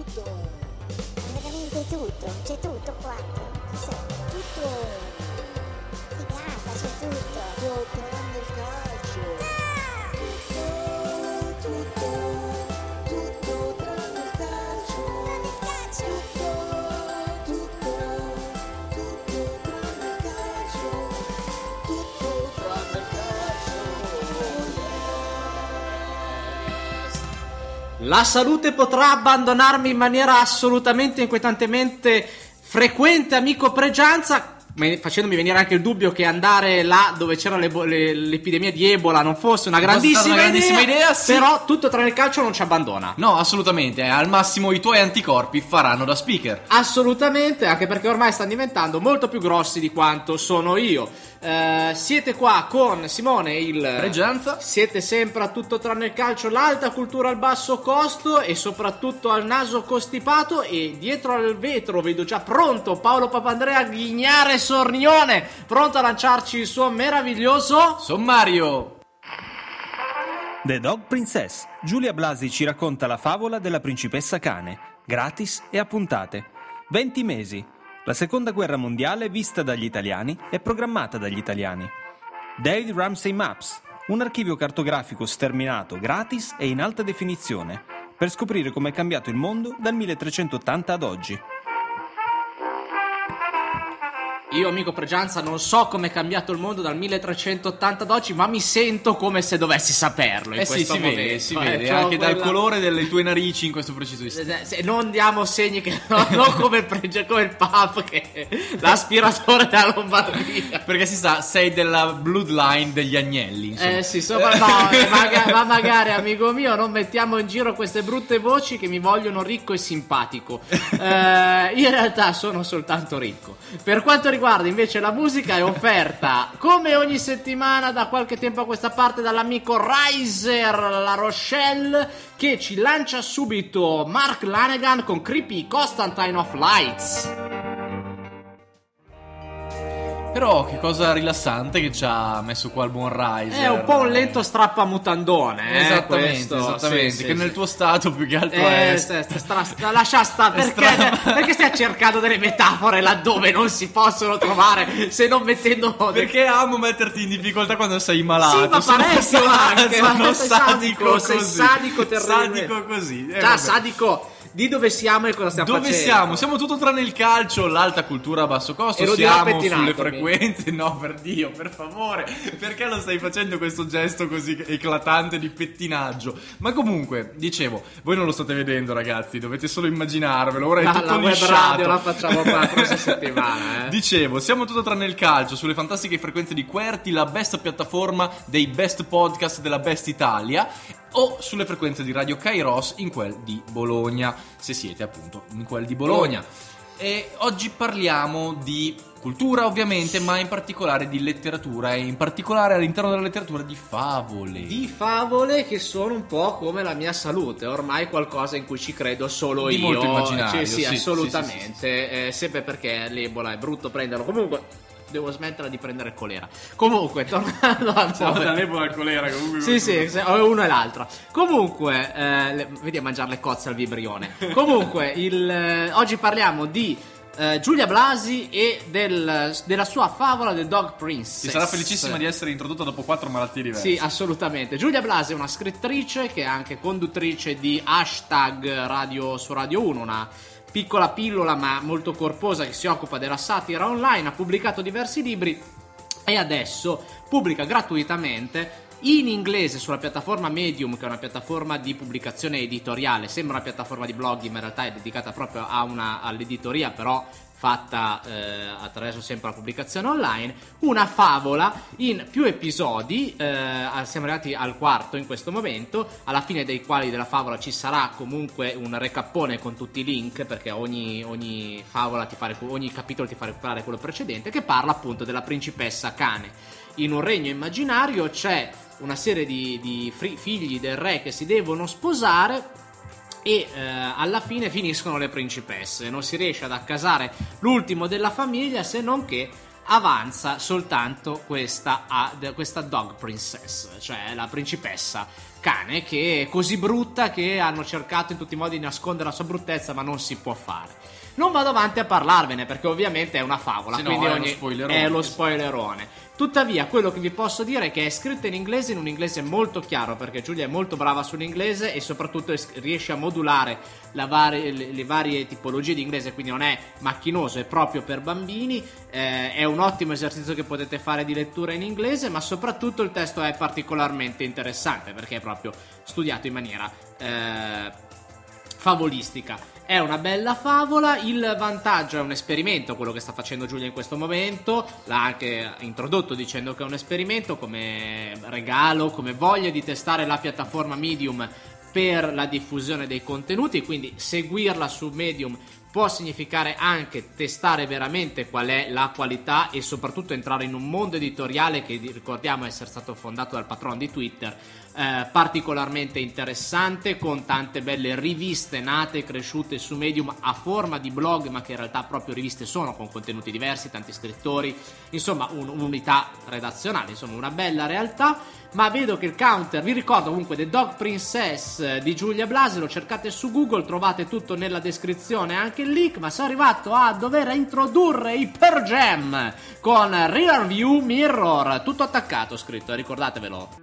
tutto. Veramente tutto, c'è tutto qua. C'è tutto. Figata, c'è tutto. Tutto tranne il calcio. Tutto tranne il calcio. Tranne il calcio. Tutto tranne il calcio. Tutto tranne il calcio. La salute potrà abbandonarmi in maniera assolutamente inquietantemente frequente, amico Pregianza, facendomi venire anche il dubbio che andare là dove c'era l'epidemia di Ebola non fosse una grandissima idea, sì. Però tutto tranne il calcio non ci abbandona. No, assolutamente, al massimo i tuoi anticorpi faranno da speaker. Assolutamente, anche perché ormai stanno diventando molto più grossi di quanto sono io. Siete qua con Simone, il Pregianza. Siete sempre a tutto tranne il calcio, l'alta cultura al basso costo e soprattutto al naso costipato, e dietro al vetro vedo già pronto Paolo Papandrea Ghignare Sornione, pronto a lanciarci il suo meraviglioso sommario. The Dog Princess. Giulia Blasi ci racconta la favola della principessa cane, gratis e a puntate. 20 mesi. La seconda guerra mondiale vista dagli italiani e programmata dagli italiani. David Ramsay Maps, un archivio cartografico sterminato gratis e in alta definizione, per scoprire come è cambiato il mondo dal 1380 ad oggi. Io, amico Pregianza, non so come è cambiato il mondo dal 1380 ad oggi, ma mi sento come se dovessi saperlo in questo momento. Si vede anche dal colore delle tue narici in questo preciso istante. Se non diamo segni che non come il Pap, che l'aspiratore della Lombardia. Perché si sa, sei della bloodline degli Agnelli, insomma. Sì, ma magari, amico mio, non mettiamo in giro queste brutte voci che mi vogliono ricco e simpatico. In realtà sono soltanto ricco. Per quanto riguarda invece la musica, è offerta come ogni settimana da qualche tempo a questa parte dall'amico Riser La Rochelle, che ci lancia subito Mark Lanegan con Creepy Constantine of Lights. Però che cosa rilassante che ci ha messo qua il buon Riser. È un po' un lento strappamutandone. Esattamente, sì, che nel tuo stato più che altro è. Lascia stare, perché stai cercando delle metafore laddove non si possono trovare, se non mettendo. Perché amo metterti in difficoltà quando sei malato. Sì, ma parecchio anche. Sono sadico così. Sei sadico terribile. Sadico così. Già, sadico. Di dove siamo e cosa stiamo facendo? Dove siamo? Siamo tutto tranne il calcio, l'alta cultura a basso costo. E lo siamo sulle frequenze. No, per Dio, per favore. Perché lo stai facendo questo gesto così eclatante di pettinaggio? Ma comunque, dicevo, voi non lo state vedendo, ragazzi, dovete solo immaginarvelo. Ora è tutto la web lisciato. radio la facciamo qua la prossima settimana. Dicevo, siamo tutto tranne il calcio, sulle fantastiche frequenze di QWERTY, la best piattaforma dei best podcast della Best Italia, o sulle frequenze di Radio Kairos in quel di Bologna, se siete appunto in quel di Bologna. E oggi parliamo di cultura, ovviamente, ma in particolare di letteratura, e in particolare all'interno della letteratura di favole. Di favole che sono un po' come la mia salute, ormai qualcosa in cui ci credo solo di io. Molto immaginario, sì, assolutamente. sì. Sempre perché l'Ebola è brutto prenderlo. Comunque devo smettere di prendere colera. Comunque, tornando dall'Ebola al colera, comunque. Sì, una e l'altra. Comunque, vedi a mangiare le cozze al vibrione. Comunque, oggi parliamo di Giulia Blasi e della sua favola The Dog Princess. Si sarà felicissima di essere introdotta dopo 4 malattie diverse. Sì, assolutamente. Giulia Blasi è una scrittrice che è anche conduttrice di Hashtag Radio su Radio 1, una piccola pillola ma molto corposa che si occupa della satira online. Ha pubblicato diversi libri e adesso pubblica gratuitamente in inglese sulla piattaforma Medium, che è una piattaforma di pubblicazione editoriale. Sembra una piattaforma di blogging, ma in realtà è dedicata proprio all'editoria, però fatta attraverso sempre la pubblicazione online, una favola in più episodi. Siamo arrivati al 4º in questo momento, alla fine dei quali della favola ci sarà comunque un recappone con tutti i link, perché ogni favola ogni capitolo ti fa recuperare quello precedente, che parla appunto della principessa cane. In un regno immaginario c'è una serie di figli del re che si devono sposare e alla fine finiscono le principesse. Non si riesce ad accasare l'ultimo della famiglia, se non che avanza soltanto questa Dog Princess, cioè la principessa cane che è così brutta che hanno cercato in tutti i modi di nascondere la sua bruttezza, ma non si può fare. Non vado avanti a parlarvene perché ovviamente è una favola, Sì, no, quindi è lo spoilerone. è lo spoilerone. Tuttavia, quello che vi posso dire è che è scritto in inglese, in un inglese molto chiaro, perché Giulia è molto brava sull'inglese e soprattutto riesce a modulare le varie tipologie di inglese, quindi non è macchinoso, è proprio per bambini. È un ottimo esercizio che potete fare di lettura in inglese, ma soprattutto il testo è particolarmente interessante perché è proprio studiato in maniera favolistica. È una bella favola, il vantaggio è un esperimento, quello che sta facendo Giulia in questo momento, l'ha anche introdotto dicendo che è un esperimento come regalo, come voglia di testare la piattaforma Medium per la diffusione dei contenuti, quindi seguirla su Medium può significare anche testare veramente qual è la qualità e soprattutto entrare in un mondo editoriale che ricordiamo essere stato fondato dal patron di Twitter, particolarmente interessante, con tante belle riviste nate e cresciute su Medium a forma di blog, ma che in realtà proprio riviste sono, con contenuti diversi, tanti scrittori, insomma un'unità redazionale, insomma una bella realtà. Ma vedo che il counter, vi ricordo comunque The Dog Princess di Giulia Blasi, lo cercate su Google, trovate tutto nella descrizione, anche il link, ma sono arrivato a dover introdurre i Pearl Jam con Rear View Mirror, tutto attaccato scritto, ricordatevelo.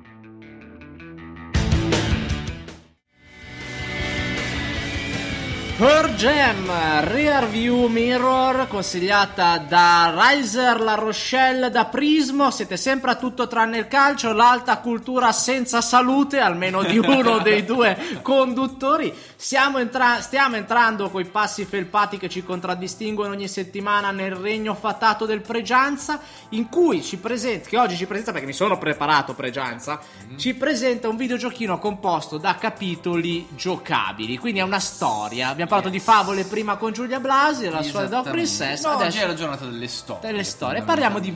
Pearl Jam, Rear View Mirror, consigliata da Riser La Rochelle, da Prismo. Siete sempre a tutto tranne il calcio, l'alta cultura senza salute, almeno di uno dei due conduttori. Stiamo entrando coi passi felpati che ci contraddistinguono ogni settimana nel regno fatato del Pregianza, in cui che oggi ci presenta, perché mi sono preparato Pregianza, ci presenta un videogiochino composto da capitoli giocabili, quindi è una storia. Abbiamo parlato di favole prima con Giulia Blasi, la sua Dog Princess. No, adesso oggi è la giornata delle storie. Delle storie. Parliamo di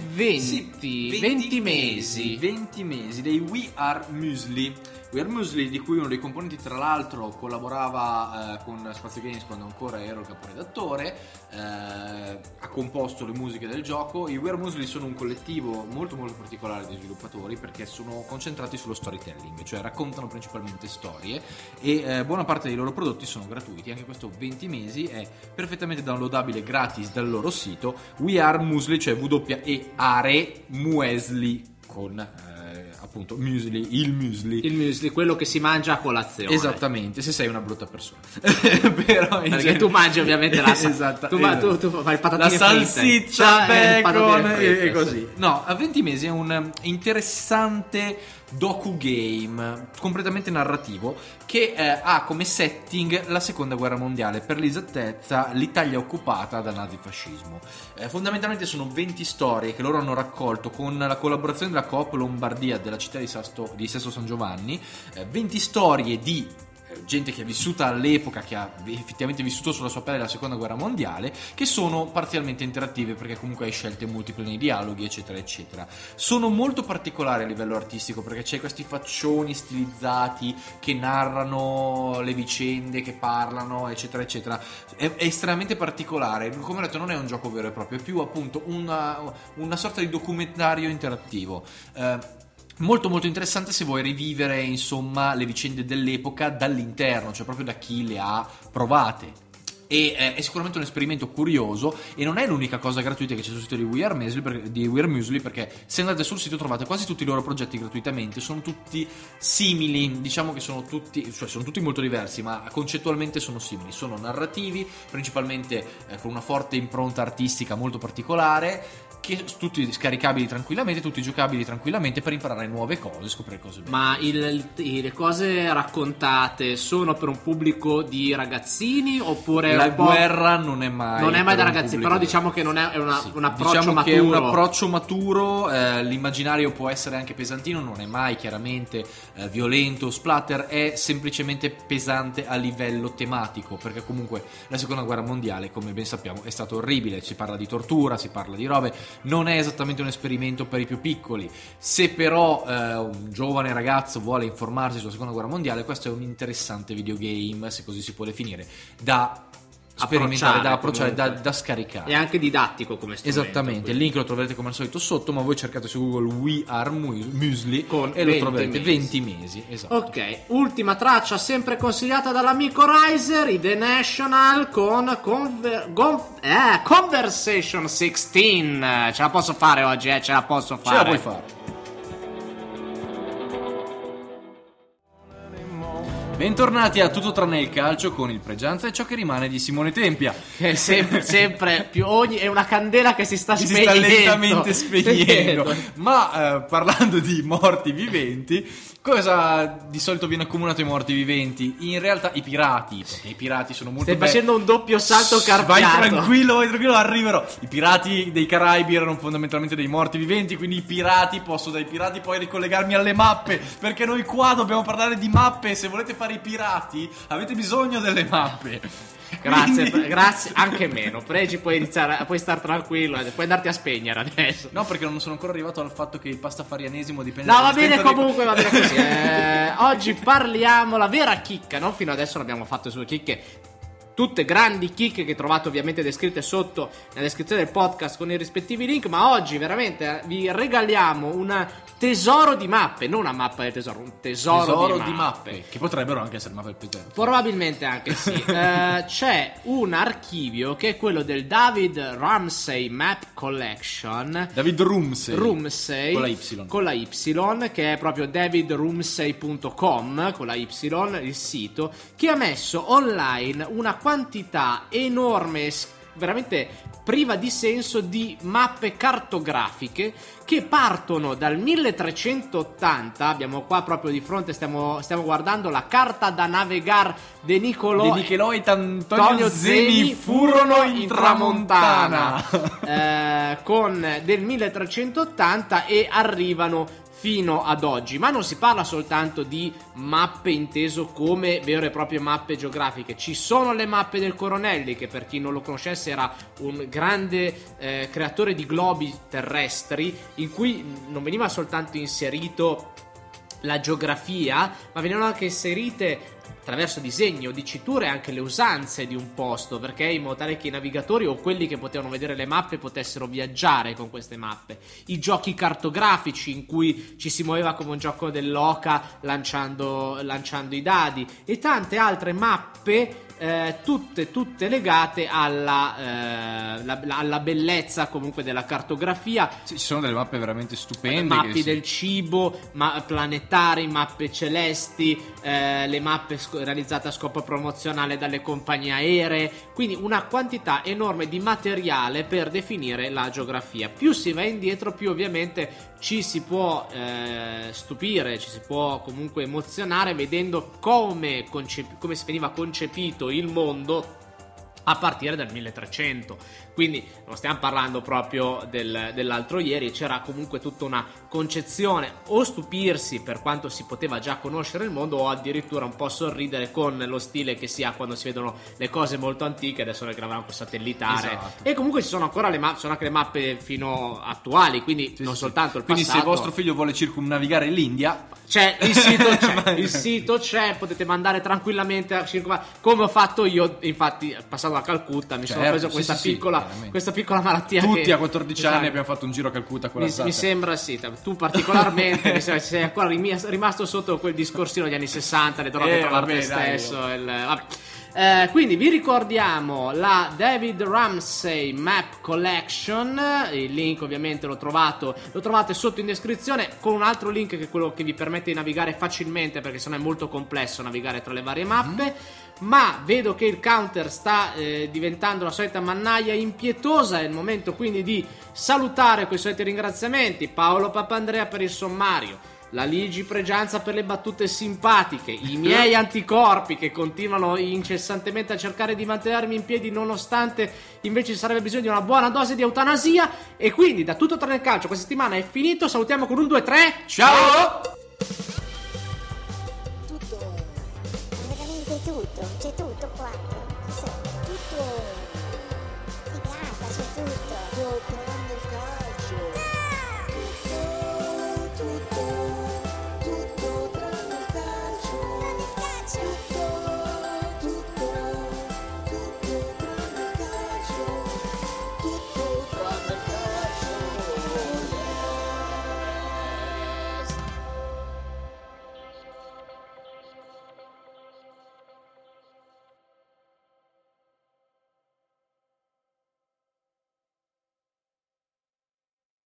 20 mesi. 20 mesi dei We Are Muesli. We Are Muesli, di cui uno dei componenti tra l'altro collaborava con Spazio Games quando ancora ero il caporedattore, ha composto le musiche del gioco. I We Are Muesli sono un collettivo molto molto particolare di sviluppatori perché sono concentrati sullo storytelling, cioè raccontano principalmente storie e buona parte dei loro prodotti sono gratuiti. Anche questo 20 mesi è perfettamente downloadabile gratis dal loro sito. We Are Muesli, cioè W-E-A-R Muesli con appunto il muesli, quello che si mangia a colazione. Esattamente, se sei una brutta persona. Però perché tu mangi ovviamente la tu fai patatine la salsiccia, bacon e così. Sì. No, a 20 mesi è un interessante docu-game completamente narrativo che ha come setting la seconda guerra mondiale, per l'esattezza l'Italia occupata dal nazifascismo. Fondamentalmente sono 20 storie che loro hanno raccolto con la collaborazione della Coop Lombardia della città di Sesto San Giovanni, 20 storie di gente che è vissuta all'epoca, che ha effettivamente vissuto sulla sua pelle la seconda guerra mondiale, che sono parzialmente interattive perché comunque hai scelte multiple nei dialoghi eccetera eccetera. Sono molto particolari a livello artistico perché c'è questi faccioni stilizzati che narrano le vicende, che parlano eccetera eccetera. È estremamente particolare, come ho detto non è un gioco vero e proprio, è più appunto una sorta di documentario interattivo. Molto molto interessante se vuoi rivivere insomma le vicende dell'epoca dall'interno, cioè proprio da chi le ha provate. E è sicuramente un esperimento curioso e non è l'unica cosa gratuita che c'è sul sito di We Are Muesli, perché se andate sul sito trovate quasi tutti i loro progetti gratuitamente. Sono tutti simili, diciamo che sono tutti molto diversi, ma concettualmente sono simili. Sono narrativi, principalmente con una forte impronta artistica molto particolare, che tutti scaricabili tranquillamente, tutti giocabili tranquillamente per imparare nuove cose, scoprire cose belle. Ma le cose raccontate sono per un pubblico di ragazzini oppure la guerra non è mai da ragazzi, però diciamo che non è un approccio diciamo maturo. Che è un approccio maturo, l'immaginario può essere anche pesantino, non è mai chiaramente violento, splatter, è semplicemente pesante a livello tematico, perché comunque la seconda guerra mondiale, come ben sappiamo, è stata orribile, si parla di tortura, si parla di robe. Non è esattamente un esperimento per i più piccoli. Se però un giovane ragazzo vuole informarsi sulla seconda guerra mondiale, questo è un interessante videogame, se così si può definire, da sperimentare, da approcciare, da scaricare. È anche didattico come strumento. Esattamente, quindi. il link lo troverete come al solito sotto, ma voi cercate su Google We Are Muesli Con e lo 20 troverete mesi. 20 mesi. Esatto. Ok, ultima traccia sempre consigliata dall'amico Riser, i The National con Conversation 16. Ce la posso fare oggi, ce la posso fare. Ce la puoi fare. Bentornati a Tutto tranne il calcio con il Pregianza e ciò che rimane di Simone Tempia. Che è sempre più è una candela che si sta Si spegnendo. sta lentamente spegnendo. Ma parlando di morti viventi, cosa di solito viene accumulato ai morti viventi? In realtà i pirati, perché i pirati sono molto Stai facendo un doppio salto carpiato. Vai tranquillo, arriverò. I pirati dei Caraibi erano fondamentalmente dei morti viventi, quindi posso dai pirati poi ricollegarmi alle mappe, perché noi qua dobbiamo parlare di mappe. Se volete fare i pirati avete bisogno delle mappe. Grazie, Quindi- grazie, anche meno. Pregi, puoi stare tranquillo, puoi andarti a spegnere adesso. No, perché non sono ancora arrivato al fatto che il pastafarianesimo dipende No, va bene dall'esistenza comunque, va bene così. Oggi parliamo la vera chicca, no? Fino adesso l'abbiamo fatto sulle chicche. Tutte grandi chicche che trovate ovviamente descritte sotto nella descrizione del podcast con i rispettivi link. Ma oggi veramente vi regaliamo un tesoro di mappe. Non una mappa del tesoro, un tesoro di mappe, che potrebbero anche essere mappe del presente. Probabilmente anche sì. C'è un archivio che è quello del David Ramsey Map Collection. David Rumsey Con la Y, che è proprio davidrumsey.com con la Y, il sito, che ha messo online una quantità enorme, veramente priva di senso, di mappe cartografiche che partono dal 1380. Abbiamo qua proprio di fronte, stiamo guardando la carta da navegar de Niccolò e Antonio Zeni furono in tramontana. Con del 1380 e arrivano fino ad oggi. Ma non si parla soltanto di mappe inteso come vere e proprie mappe geografiche. Ci sono le mappe del Coronelli, che per chi non lo conoscesse era un grande creatore di globi terrestri, in cui non veniva soltanto inserito la geografia, ma venivano anche inserite attraverso disegni o diciture anche le usanze di un posto, perché in modo tale che i navigatori o quelli che potevano vedere le mappe potessero viaggiare con queste mappe. I giochi cartografici, in cui ci si muoveva come un gioco dell'oca lanciando i dadi, e tante altre mappe tutte legate alla bellezza comunque della cartografia. Sì, ci sono delle mappe veramente stupende. Mappe del cibo, planetari, mappe celesti, le mappe realizzate a scopo promozionale dalle compagnie aeree. Quindi una quantità enorme di materiale per definire la geografia. Più si va indietro, più ovviamente ci si può stupire, ci si può comunque emozionare vedendo come si veniva concepito il mondo a partire dal 1300. Quindi non stiamo parlando proprio dell'altro ieri. C'era comunque tutta una concezione, o stupirsi per quanto si poteva già conoscere il mondo, o addirittura un po' sorridere con lo stile che si ha quando si vedono le cose molto antiche. Adesso le graviamo con satellitare. Esatto. E comunque ci sono ancora le mappe, sono anche le mappe fino attuali, quindi non soltanto il passato. Quindi se vostro figlio vuole circumnavigare l'India, c'è il sito c'è, potete mandare tranquillamente a circolare, come ho fatto io. Infatti, passando a Calcutta, mi sono preso questa piccola malattia. Tutti a 14 anni abbiamo fatto un giro a Calcutta con la mi sembra, sì, tu particolarmente mi sembra sei ancora rimasto sotto quel discorsino degli anni 60, le droghe trovare te stesso. Quindi vi ricordiamo la David Ramsey Map Collection. Il link ovviamente lo trovate sotto in descrizione, con un altro link che è quello che vi permette di navigare facilmente, perché sennò è molto complesso navigare tra le varie mappe. Ma vedo che il counter sta diventando la solita mannaia impietosa. È il momento quindi di salutare con i soliti ringraziamenti Paolo Papandrea per il sommario, la Ligi Pregianza per le battute simpatiche, i miei anticorpi che continuano incessantemente a cercare di mantenermi in piedi nonostante invece ci sarebbe bisogno di una buona dose di eutanasia. E quindi da Tutto tranne il calcio questa settimana è finito. Salutiamo con un 2-3. ciao! Tutto, c'è tutto qua. Tutto. Figata, c'è tutto. Tutto,